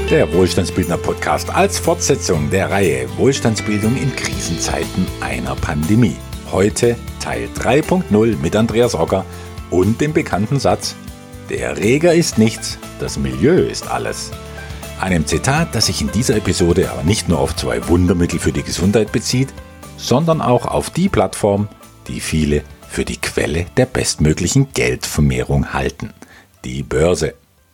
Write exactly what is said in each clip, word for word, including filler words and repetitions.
Der Wohlstandsbildner Podcast als Fortsetzung der Reihe Wohlstandsbildung in Krisenzeiten einer Pandemie. Heute Teil drei Punkt null mit Andreas Ocker und dem bekannten Satz: Der Erreger ist nichts, das Milieu ist alles. Einem Zitat, das sich in dieser Episode aber nicht nur auf zwei Wundermittel für die Gesundheit bezieht, sondern auch auf die Plattform, die viele für die Quelle der bestmöglichen Geldvermehrung halten: die Börse.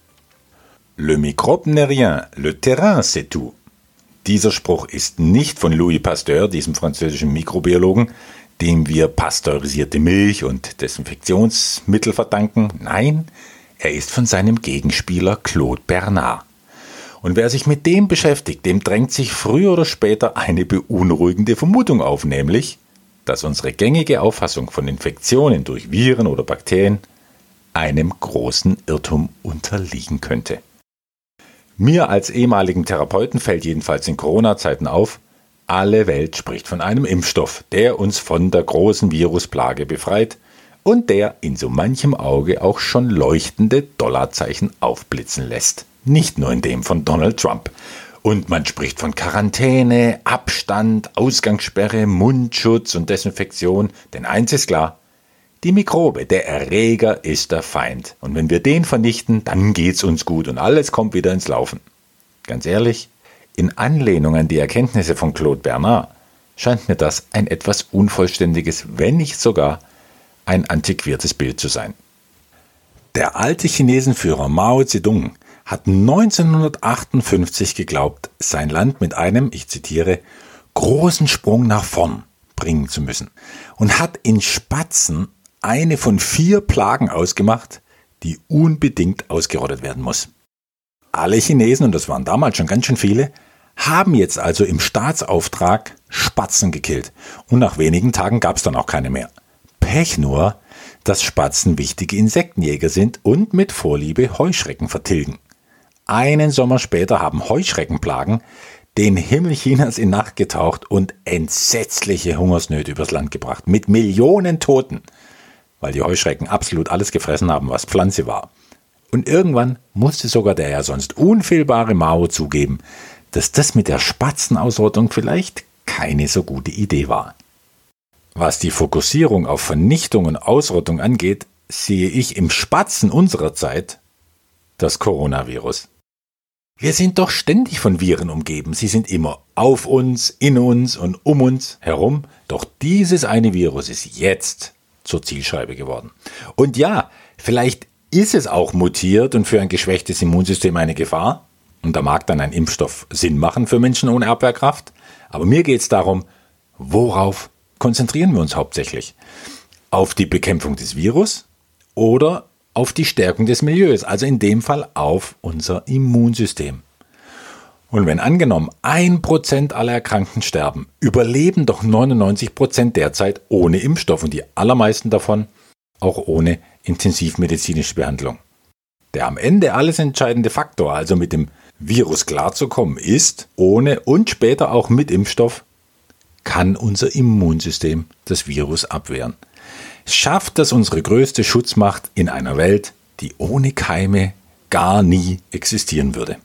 Le microbe n'est rien, le terrain c'est tout. Dieser Spruch ist nicht von Louis Pasteur, diesem französischen Mikrobiologen, dem wir pasteurisierte Milch und Desinfektionsmittel verdanken. Nein, er ist von seinem Gegenspieler Claude Bernard. Und wer sich mit dem beschäftigt, dem drängt sich früher oder später eine beunruhigende Vermutung auf, nämlich, dass unsere gängige Auffassung von Infektionen durch Viren oder Bakterien einem großen Irrtum unterliegen könnte. Mir als ehemaligen Therapeuten fällt jedenfalls in Corona-Zeiten auf, alle Welt spricht von einem Impfstoff, der uns von der großen Virusplage befreit und der in so manchem Auge auch schon leuchtende Dollarzeichen aufblitzen lässt. Nicht nur in dem von Donald Trump. Und man spricht von Quarantäne, Abstand, Ausgangssperre, Mundschutz und Desinfektion. Denn eins ist klar: Die Mikrobe, der Erreger, ist der Feind. Und wenn wir den vernichten, dann geht's uns gut und alles kommt wieder ins Laufen. Ganz ehrlich, in Anlehnung an die Erkenntnisse von Claude Bernard scheint mir das ein etwas unvollständiges, wenn nicht sogar ein antiquiertes Bild zu sein. Der alte Chinesenführer Mao Zedong hat neunzehnhundertachtundfünfzig geglaubt, sein Land mit einem, ich zitiere, großen Sprung nach vorn bringen zu müssen und hat in Spatzen eine von vier Plagen ausgemacht, die unbedingt ausgerottet werden muss. Alle Chinesen, und das waren damals schon ganz schön viele, haben jetzt also im Staatsauftrag Spatzen gekillt. Und nach wenigen Tagen gab es dann auch keine mehr. Pech nur, dass Spatzen wichtige Insektenjäger sind und mit Vorliebe Heuschrecken vertilgen. Einen Sommer später haben Heuschreckenplagen den Himmel Chinas in Nacht getaucht und entsetzliche Hungersnöte übers Land gebracht. Mit Millionen Toten, weil die Heuschrecken absolut alles gefressen haben, was Pflanze war. Und irgendwann musste sogar der ja sonst unfehlbare Mao zugeben, dass das mit der Spatzenausrottung vielleicht keine so gute Idee war. Was die Fokussierung auf Vernichtung und Ausrottung angeht, sehe ich im Spatzen unserer Zeit das Coronavirus. Wir sind doch ständig von Viren umgeben. Sie sind immer auf uns, in uns und um uns herum. Doch dieses eine Virus ist jetzt zur Zielscheibe geworden. Und ja, vielleicht ist es auch mutiert und für ein geschwächtes Immunsystem eine Gefahr. Und da mag dann ein Impfstoff Sinn machen für Menschen ohne Abwehrkraft. Aber mir geht es darum, worauf konzentrieren wir uns hauptsächlich? Auf die Bekämpfung des Virus oder auf die Stärkung des Milieus, also in dem Fall auf unser Immunsystem. Und wenn angenommen ein Prozent aller Erkrankten sterben, überleben doch neunundneunzig Prozent derzeit ohne Impfstoff und die allermeisten davon auch ohne intensivmedizinische Behandlung. Der am Ende alles entscheidende Faktor, also mit dem Virus klarzukommen, ist, ohne und später auch mit Impfstoff, kann unser Immunsystem das Virus abwehren. Schafft das unsere größte Schutzmacht in einer Welt, die ohne Keime gar nie existieren würde.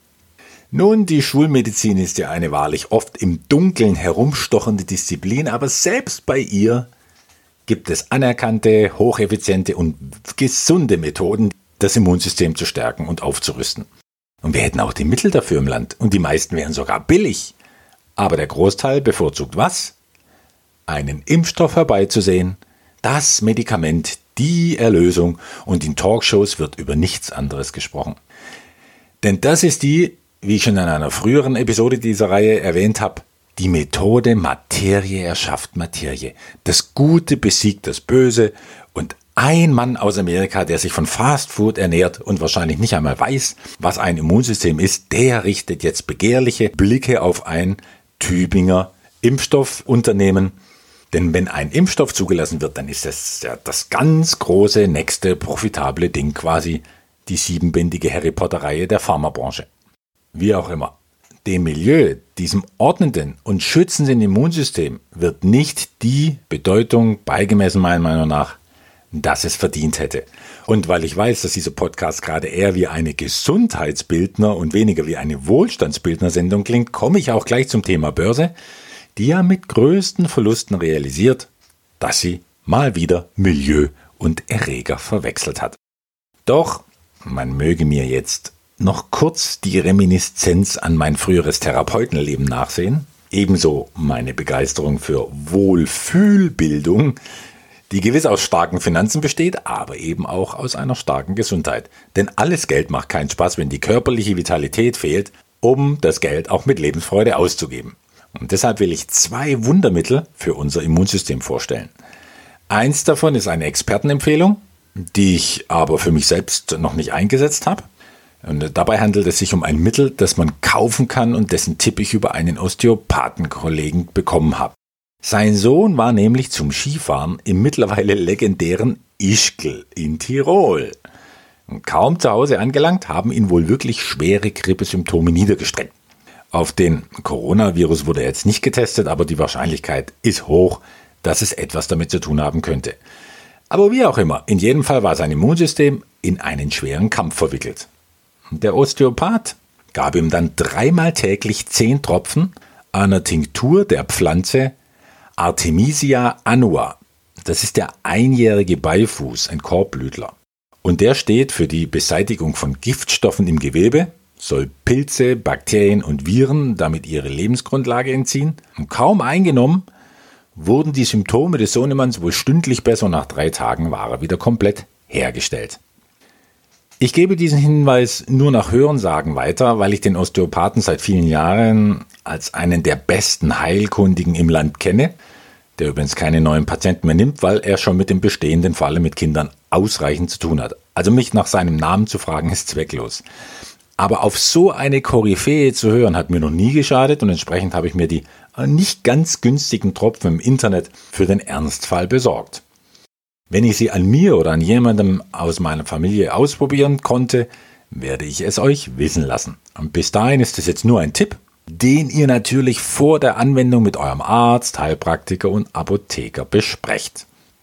Nun, die Schulmedizin ist ja eine wahrlich oft im Dunkeln herumstochende Disziplin, aber selbst bei ihr gibt es anerkannte, hocheffiziente und gesunde Methoden, das Immunsystem zu stärken und aufzurüsten. Und wir hätten auch die Mittel dafür im Land und die meisten wären sogar billig. Aber der Großteil bevorzugt was? Einen Impfstoff herbeizusehen, das Medikament, die Erlösung, und in Talkshows wird über nichts anderes gesprochen. Denn das ist die, wie ich schon in einer früheren Episode dieser Reihe erwähnt habe, die Methode Materie erschafft Materie. Das Gute besiegt das Böse und ein Mann aus Amerika, der sich von Fast Food ernährt und wahrscheinlich nicht einmal weiß, was ein Immunsystem ist, der richtet jetzt begehrliche Blicke auf ein Tübinger Impfstoffunternehmen. Denn wenn ein Impfstoff zugelassen wird, dann ist das ja das ganz große, nächste, profitable Ding, quasi die siebenbändige Harry Potter-Reihe der Pharmabranche. Wie auch immer, dem Milieu, diesem ordnenden und schützenden Immunsystem, wird nicht die Bedeutung beigemessen, meiner Meinung nach, dass es verdient hätte. Und weil ich weiß, dass dieser Podcast gerade eher wie eine Gesundheitsbildner und weniger wie eine Wohlstandsbildner-Sendung klingt, komme ich auch gleich zum Thema Börse, die ja mit größten Verlusten realisiert, dass sie mal wieder Milieu und Erreger verwechselt hat. Doch man möge mir jetzt noch kurz die Reminiszenz an mein früheres Therapeutenleben nachsehen, ebenso meine Begeisterung für Wohlfühlbildung, die gewiss aus starken Finanzen besteht, aber eben auch aus einer starken Gesundheit. Denn alles Geld macht keinen Spaß, wenn die körperliche Vitalität fehlt, um das Geld auch mit Lebensfreude auszugeben. Und deshalb will ich zwei Wundermittel für unser Immunsystem vorstellen. Eins davon ist eine Expertenempfehlung, die ich aber für mich selbst noch nicht eingesetzt habe. Und dabei handelt es sich um ein Mittel, das man kaufen kann und dessen Tipp ich über einen Osteopathenkollegen bekommen habe. Sein Sohn war nämlich zum Skifahren im mittlerweile legendären Ischgl in Tirol. Und kaum zu Hause angelangt, haben ihn wohl wirklich schwere Grippesymptome niedergestreckt. Auf den Coronavirus wurde er jetzt nicht getestet, aber die Wahrscheinlichkeit ist hoch, dass es etwas damit zu tun haben könnte. Aber wie auch immer, in jedem Fall war sein Immunsystem in einen schweren Kampf verwickelt. Der Osteopath gab ihm dann dreimal täglich zehn Tropfen einer Tinktur der Pflanze Artemisia annua. Das ist der einjährige Beifuß, ein Korbblütler. Und der steht für die Beseitigung von Giftstoffen im Gewebe, soll Pilze, Bakterien und Viren damit ihre Lebensgrundlage entziehen. Und kaum eingenommen, wurden die Symptome des Sohnemanns wohl stündlich besser. Nach drei Tagen war er wieder komplett hergestellt. Ich gebe diesen Hinweis nur nach Hörensagen weiter, weil ich den Osteopathen seit vielen Jahren als einen der besten Heilkundigen im Land kenne, der übrigens keine neuen Patienten mehr nimmt, weil er schon mit dem bestehenden, vor allem mit Kindern, ausreichend zu tun hat. Also mich nach seinem Namen zu fragen, ist zwecklos. Aber auf so eine Koryphäe zu hören, hat mir noch nie geschadet und entsprechend habe ich mir die nicht ganz günstigen Tropfen im Internet für den Ernstfall besorgt. Wenn ich sie an mir oder an jemandem aus meiner Familie ausprobieren konnte, werde ich es euch wissen lassen. Und bis dahin ist es jetzt nur ein Tipp, den ihr natürlich vor der Anwendung mit eurem Arzt, Heilpraktiker und Apotheker besprecht.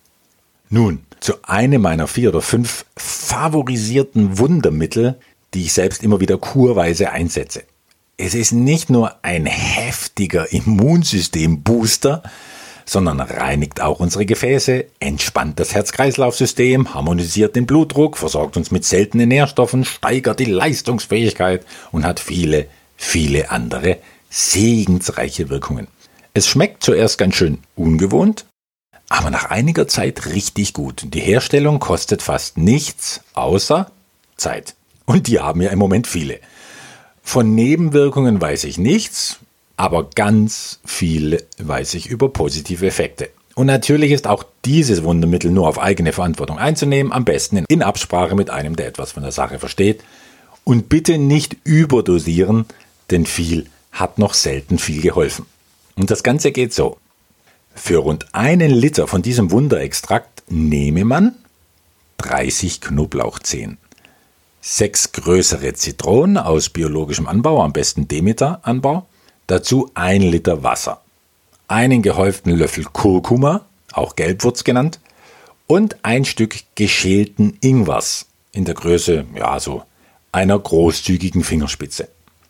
Nun, zu einem meiner vier oder fünf favorisierten Wundermittel, die ich selbst immer wieder kurweise einsetze. Es ist nicht nur ein heftiger Immunsystem-Booster, sondern reinigt auch unsere Gefäße, entspannt das Herz-Kreislauf-System, harmonisiert den Blutdruck, versorgt uns mit seltenen Nährstoffen, steigert die Leistungsfähigkeit und hat viele, viele andere segensreiche Wirkungen. Es schmeckt zuerst ganz schön ungewohnt, aber nach einiger Zeit richtig gut. Die Herstellung kostet fast nichts außer Zeit. Und die haben ja im Moment viele. Von Nebenwirkungen weiß ich nichts, aber ganz viel weiß ich über positive Effekte. Und natürlich ist auch dieses Wundermittel nur auf eigene Verantwortung einzunehmen, am besten in Absprache mit einem, der etwas von der Sache versteht. Und bitte nicht überdosieren, denn viel hat noch selten viel geholfen. Und das Ganze geht so. Für rund einen Liter von diesem Wunderextrakt nehme man dreißig Knoblauchzehen, sechs größere Zitronen aus biologischem Anbau, am besten Demeter-Anbau, dazu ein Liter Wasser, einen gehäuften Löffel Kurkuma, auch Gelbwurz genannt, und ein Stück geschälten Ingwers in der Größe, ja, so einer großzügigen Fingerspitze.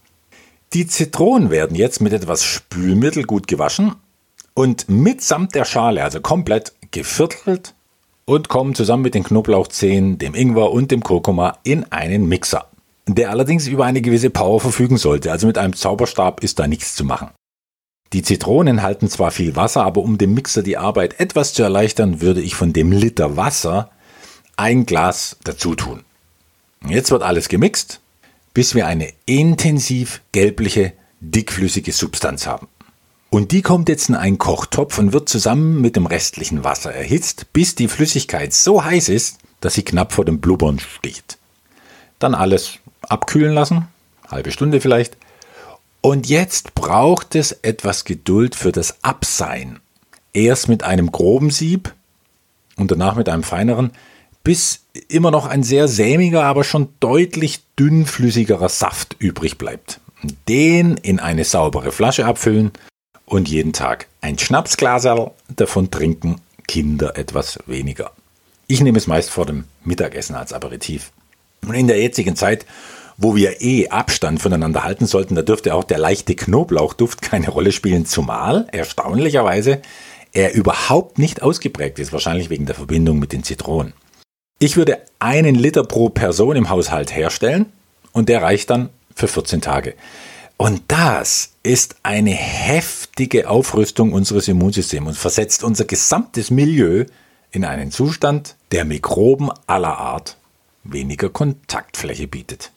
Die Zitronen werden jetzt mit etwas Spülmittel gut gewaschen und mitsamt der Schale, also komplett geviertelt, und kommen zusammen mit den Knoblauchzehen, dem Ingwer und dem Kurkuma in einen Mixer, der allerdings über eine gewisse Power verfügen sollte, also mit einem Zauberstab ist da nichts zu machen. Die Zitronen enthalten zwar viel Wasser, aber um dem Mixer die Arbeit etwas zu erleichtern, würde ich von dem Liter Wasser ein Glas dazu tun. Jetzt wird alles gemixt, bis wir eine intensiv gelbliche, dickflüssige Substanz haben. Und die kommt jetzt in einen Kochtopf und wird zusammen mit dem restlichen Wasser erhitzt, bis die Flüssigkeit so heiß ist, dass sie knapp vor dem Blubbern steht. Dann alles abkühlen lassen, halbe Stunde vielleicht. Und jetzt braucht es etwas Geduld für das Abseihen. Erst mit einem groben Sieb und danach mit einem feineren, bis immer noch ein sehr sämiger, aber schon deutlich dünnflüssigerer Saft übrig bleibt. Den in eine saubere Flasche abfüllen und jeden Tag ein Schnapsglaserl davon trinken, Kinder etwas weniger. Ich nehme es meist vor dem Mittagessen als Aperitif. Und in der jetzigen Zeit, wo wir eh Abstand voneinander halten sollten, da dürfte auch der leichte Knoblauchduft keine Rolle spielen, zumal, erstaunlicherweise, er überhaupt nicht ausgeprägt ist, wahrscheinlich wegen der Verbindung mit den Zitronen. Ich würde einen Liter pro Person im Haushalt herstellen und der reicht dann für vierzehn Tage. Und das ist eine heftige Aufrüstung unseres Immunsystems und versetzt unser gesamtes Milieu in einen Zustand, der Mikroben aller Art weniger Kontaktfläche bietet.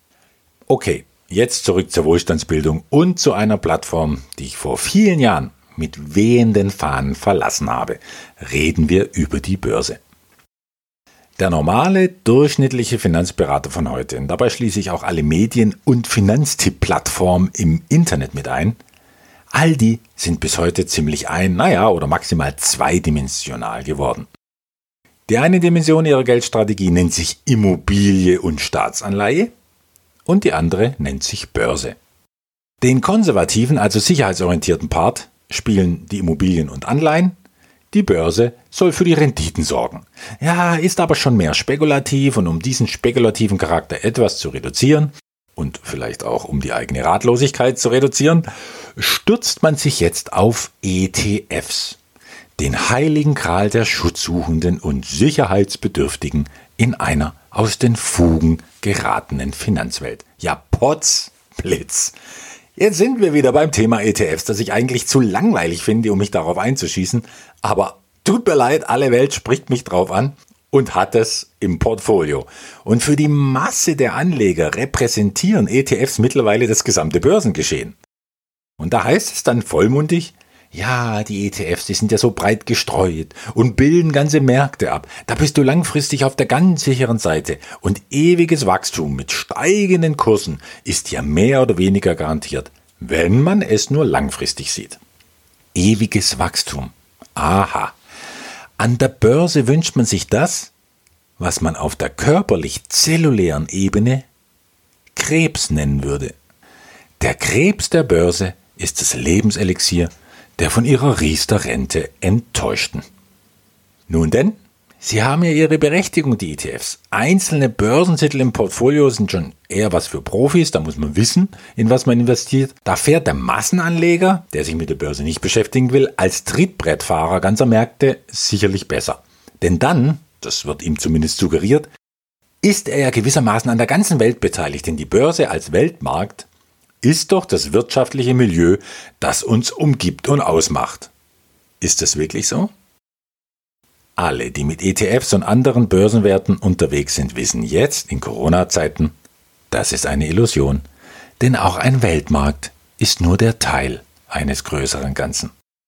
Okay, jetzt zurück zur Wohlstandsbildung und zu einer Plattform, die ich vor vielen Jahren mit wehenden Fahnen verlassen habe. Reden wir über die Börse. Der normale, durchschnittliche Finanzberater von heute, und dabei schließe ich auch alle Medien- und Finanztipp-Plattformen im Internet mit ein, all die sind bis heute ziemlich ein, naja, oder maximal zweidimensional geworden. Die eine Dimension ihrer Geldstrategie nennt sich Immobilie und Staatsanleihe und die andere nennt sich Börse. Den konservativen, also sicherheitsorientierten Part spielen die Immobilien und Anleihen. Die Börse soll für die Renditen sorgen. Ja, ist aber schon mehr spekulativ und um diesen spekulativen Charakter etwas zu reduzieren und vielleicht auch um die eigene Ratlosigkeit zu reduzieren, stürzt man sich jetzt auf E T Fs, den heiligen Gral der Schutzsuchenden und Sicherheitsbedürftigen in einer aus den Fugen geratenen Finanzwelt. Ja, Potzblitz. Jetzt sind wir wieder beim Thema E T Fs, das ich eigentlich zu langweilig finde, um mich darauf einzuschießen. Aber tut mir leid, alle Welt spricht mich drauf an und hat es im Portfolio. Und für die Masse der Anleger repräsentieren E T Fs mittlerweile das gesamte Börsengeschehen. Und da heißt es dann vollmundig, ja, die E T Fs, die sind ja so breit gestreut und bilden ganze Märkte ab. Da bist du langfristig auf der ganz sicheren Seite. Und ewiges Wachstum mit steigenden Kursen ist ja mehr oder weniger garantiert, wenn man es nur langfristig sieht. Ewiges Wachstum. Aha. An der Börse wünscht man sich das, was man auf der körperlich-zellulären Ebene Krebs nennen würde. Der Krebs der Börse ist das Lebenselixier der von ihrer Riester-Rente enttäuschten. Nun denn, sie haben ja ihre Berechtigung, die E T Fs. Einzelne Börsentitel im Portfolio sind schon eher was für Profis, da muss man wissen, in was man investiert. Da fährt der Massenanleger, der sich mit der Börse nicht beschäftigen will, als Trittbrettfahrer ganzer Märkte sicherlich besser. Denn dann, das wird ihm zumindest suggeriert, ist er ja gewissermaßen an der ganzen Welt beteiligt, denn die Börse als Weltmarkt ist doch das wirtschaftliche Milieu, das uns umgibt und ausmacht. Ist das wirklich so? Alle, die mit E T Fs und anderen Börsenwerten unterwegs sind, wissen jetzt in Corona-Zeiten, das ist eine Illusion. Denn auch ein Weltmarkt ist nur der Teil eines größeren Ganzen.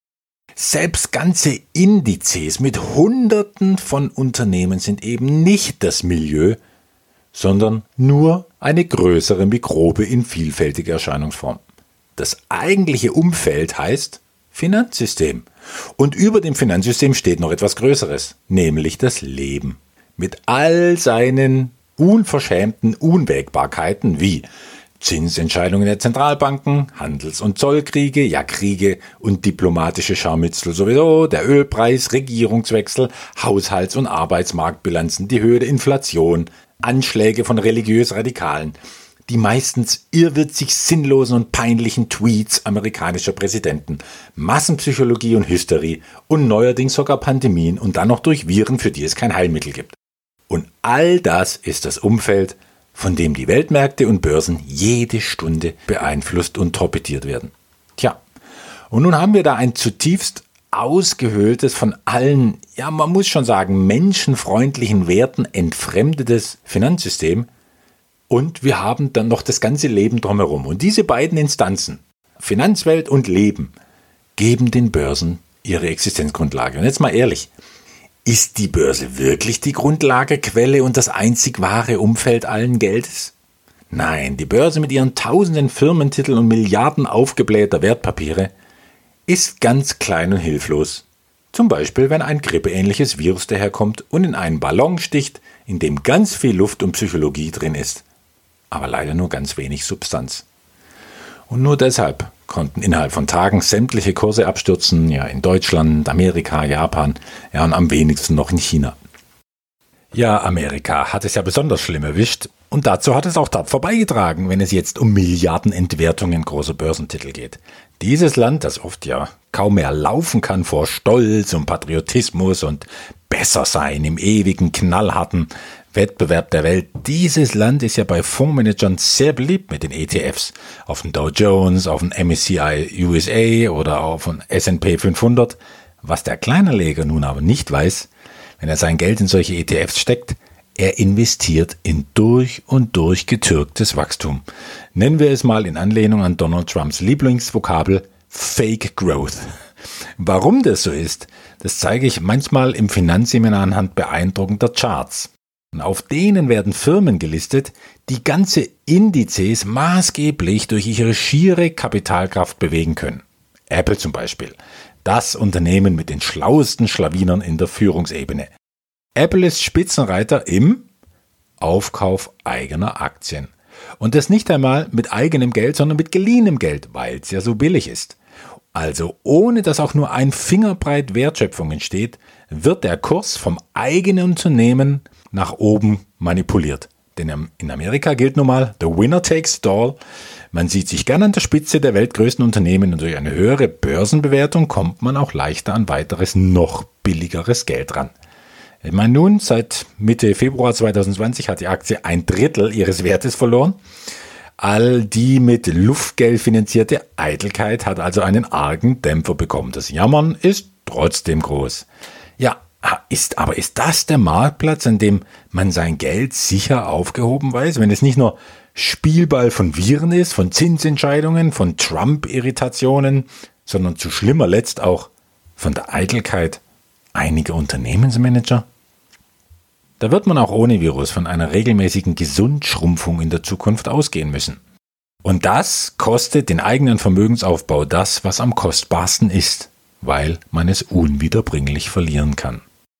Selbst ganze Indizes mit Hunderten von Unternehmen sind eben nicht das Milieu, sondern nur eine größere Mikrobe in vielfältiger Erscheinungsform. Das eigentliche Umfeld heißt Finanzsystem. Und über dem Finanzsystem steht noch etwas Größeres, nämlich das Leben. Mit all seinen unverschämten Unwägbarkeiten wie Zinsentscheidungen der Zentralbanken, Handels- und Zollkriege, ja Kriege und diplomatische Scharmützel sowieso, der Ölpreis, Regierungswechsel, Haushalts- und Arbeitsmarktbilanzen, die Höhe der Inflation, Anschläge von religiös Radikalen, die meistens irrwitzig sinnlosen und peinlichen Tweets amerikanischer Präsidenten, Massenpsychologie und Hysterie und neuerdings sogar Pandemien und dann noch durch Viren, für die es kein Heilmittel gibt. Und all das ist das Umfeld, von dem die Weltmärkte und Börsen jede Stunde beeinflusst und torpediert werden. Tja, und nun haben wir da ein zutiefst ausgehöhltes, von allen, ja man muss schon sagen, menschenfreundlichen Werten entfremdetes Finanzsystem und wir haben dann noch das ganze Leben drumherum. Und diese beiden Instanzen, Finanzwelt und Leben, geben den Börsen ihre Existenzgrundlage. Und jetzt mal ehrlich, ist die Börse wirklich die Grundlage, Quelle und das einzig wahre Umfeld allen Geldes? Nein, die Börse mit ihren tausenden Firmentiteln und Milliarden aufgeblähter Wertpapiere ist ganz klein und hilflos. Zum Beispiel, wenn ein grippeähnliches Virus daherkommt und in einen Ballon sticht, in dem ganz viel Luft und Psychologie drin ist, aber leider nur ganz wenig Substanz. Und nur deshalb konnten innerhalb von Tagen sämtliche Kurse abstürzen, ja in Deutschland, Amerika, Japan, ja und am wenigsten noch in China. Ja, Amerika hat es ja besonders schlimm erwischt und dazu hat es auch tapfer beigetragen, wenn es jetzt um Milliardenentwertungen großer Börsentitel geht. Dieses Land, das oft ja kaum mehr laufen kann vor Stolz und Patriotismus und Bessersein im ewigen knallharten Wettbewerb der Welt, dieses Land ist ja bei Fondsmanagern sehr beliebt mit den E T Fs. Auf den Dow Jones, auf den M S C I U S A oder auf den S and P fünfhundert. Was der Kleinanleger nun aber nicht weiß, wenn er sein Geld in solche E T Fs steckt, er investiert in durch und durch getürktes Wachstum. Nennen wir es mal in Anlehnung an Donald Trumps Lieblingsvokabel Fake Growth. Warum das so ist, das zeige ich manchmal im Finanzseminar anhand beeindruckender Charts. Und auf denen werden Firmen gelistet, die ganze Indizes maßgeblich durch ihre schiere Kapitalkraft bewegen können. Apple zum Beispiel. Das Unternehmen mit den schlauesten Schlawinern in der Führungsebene. Apple ist Spitzenreiter im Aufkauf eigener Aktien. Und das nicht einmal mit eigenem Geld, sondern mit geliehenem Geld, weil es ja so billig ist. Also ohne dass auch nur ein Fingerbreit Wertschöpfung entsteht, wird der Kurs vom eigenen Unternehmen nach oben manipuliert. Denn in Amerika gilt nun mal, the winner takes it all. Man sieht sich gern an der Spitze der weltgrößten Unternehmen und durch eine höhere Börsenbewertung kommt man auch leichter an weiteres, noch billigeres Geld ran. Ich meine nun, seit Mitte Februar zwanzig zwanzig hat die Aktie ein Drittel ihres Wertes verloren. All die mit Luftgeld finanzierte Eitelkeit hat also einen argen Dämpfer bekommen. Das Jammern ist trotzdem groß. Ja, ist, aber ist das der Marktplatz, an dem man sein Geld sicher aufgehoben weiß, wenn es nicht nur Spielball von Viren ist, von Zinsentscheidungen, von Trump-Irritationen, sondern zu schlimmer Letzt auch von der Eitelkeit einiger Unternehmensmanager? Da wird man auch ohne Virus von einer regelmäßigen Gesundschrumpfung in der Zukunft ausgehen müssen. Und das kostet den eigenen Vermögensaufbau das, was am kostbarsten ist, weil man es unwiederbringlich verlieren kann.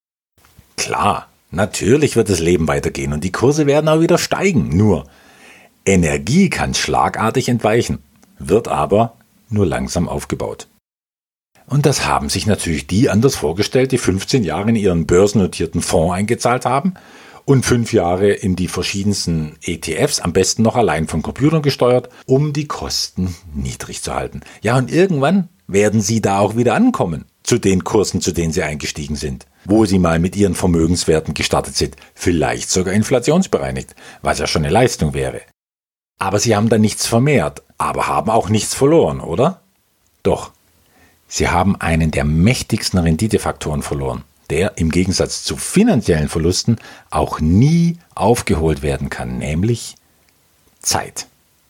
Klar, natürlich wird das Leben weitergehen und die Kurse werden auch wieder steigen, nur Energie kann schlagartig entweichen, wird aber nur langsam aufgebaut. Und das haben sich natürlich die anders vorgestellt, die fünfzehn Jahre in ihren börsennotierten Fonds eingezahlt haben und fünf Jahre in die verschiedensten E T Fs, am besten noch allein von Computern gesteuert, um die Kosten niedrig zu halten. Ja, und irgendwann werden sie da auch wieder ankommen, zu den Kursen, zu denen sie eingestiegen sind, wo sie mal mit ihren Vermögenswerten gestartet sind, vielleicht sogar inflationsbereinigt, was ja schon eine Leistung wäre. Aber sie haben da nichts vermehrt, aber haben auch nichts verloren, oder? Doch. Sie haben einen der mächtigsten Renditefaktoren verloren, der im Gegensatz zu finanziellen Verlusten auch nie aufgeholt werden kann, nämlich Zeit.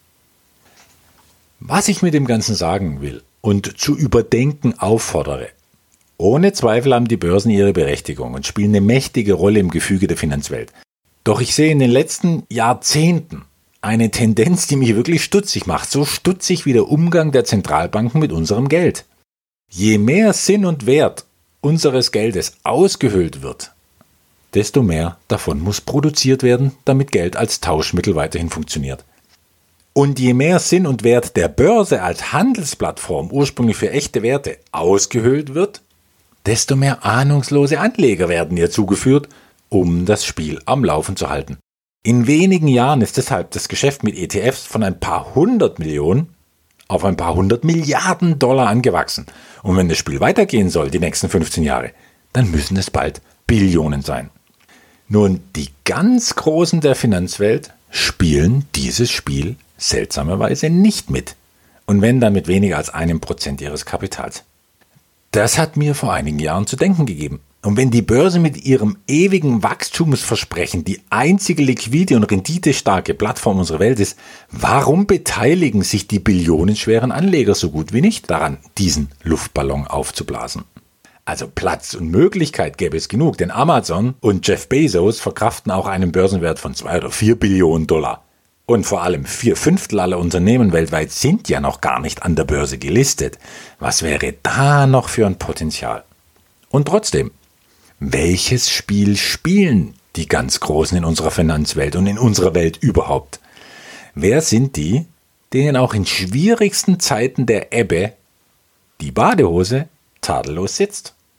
Was ich mit dem Ganzen sagen will und zu überdenken auffordere: Ohne Zweifel haben die Börsen ihre Berechtigung und spielen eine mächtige Rolle im Gefüge der Finanzwelt. Doch ich sehe in den letzten Jahrzehnten eine Tendenz, die mich wirklich stutzig macht, so stutzig wie der Umgang der Zentralbanken mit unserem Geld. Je mehr Sinn und Wert unseres Geldes ausgehöhlt wird, desto mehr davon muss produziert werden, damit Geld als Tauschmittel weiterhin funktioniert. Und je mehr Sinn und Wert der Börse als Handelsplattform ursprünglich für echte Werte ausgehöhlt wird, desto mehr ahnungslose Anleger werden ihr zugeführt, um das Spiel am Laufen zu halten. In wenigen Jahren ist deshalb das Geschäft mit E T Fs von ein paar hundert Millionen auf ein paar hundert Milliarden Dollar angewachsen. Und wenn das Spiel weitergehen soll, die nächsten fünfzehn Jahre, dann müssen es bald Billionen sein. Nun, die ganz Großen der Finanzwelt spielen dieses Spiel seltsamerweise nicht mit. Und wenn dann mit weniger als einem Prozent ihres Kapitals. Das hat mir vor einigen Jahren zu denken gegeben. Und wenn die Börse mit ihrem ewigen Wachstumsversprechen die einzige liquide und renditestarke Plattform unserer Welt ist, warum beteiligen sich die billionenschweren Anleger so gut wie nicht daran, diesen Luftballon aufzublasen? Also Platz und Möglichkeit gäbe es genug, denn Amazon und Jeff Bezos verkraften auch einen Börsenwert von zwei oder vier Billionen Dollar. Und vor allem vier Fünftel aller Unternehmen weltweit sind ja noch gar nicht an der Börse gelistet. Was wäre da noch für ein Potenzial? Und trotzdem, welches Spiel spielen die ganz Großen in unserer Finanzwelt und in unserer Welt überhaupt? Wer sind die, denen auch in schwierigsten Zeiten der Ebbe die Badehose tadellos sitzt?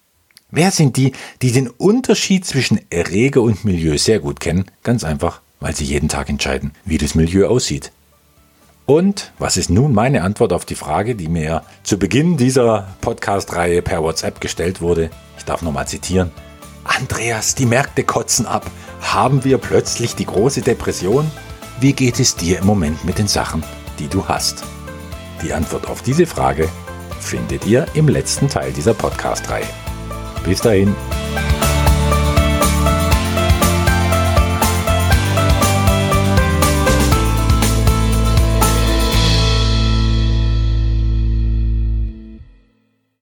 Wer sind die, die den Unterschied zwischen Erreger und Milieu sehr gut kennen? Ganz einfach, weil sie jeden Tag entscheiden, wie das Milieu aussieht. Und was ist nun meine Antwort auf die Frage, die mir zu Beginn dieser Podcast-Reihe per WhatsApp gestellt wurde? Ich darf nochmal zitieren. Andreas, die Märkte kotzen ab. Haben wir plötzlich die große Depression? Wie geht es dir im Moment mit den Sachen, die du hast? Die Antwort auf diese Frage findet ihr im letzten Teil dieser Podcast-Reihe. Bis dahin.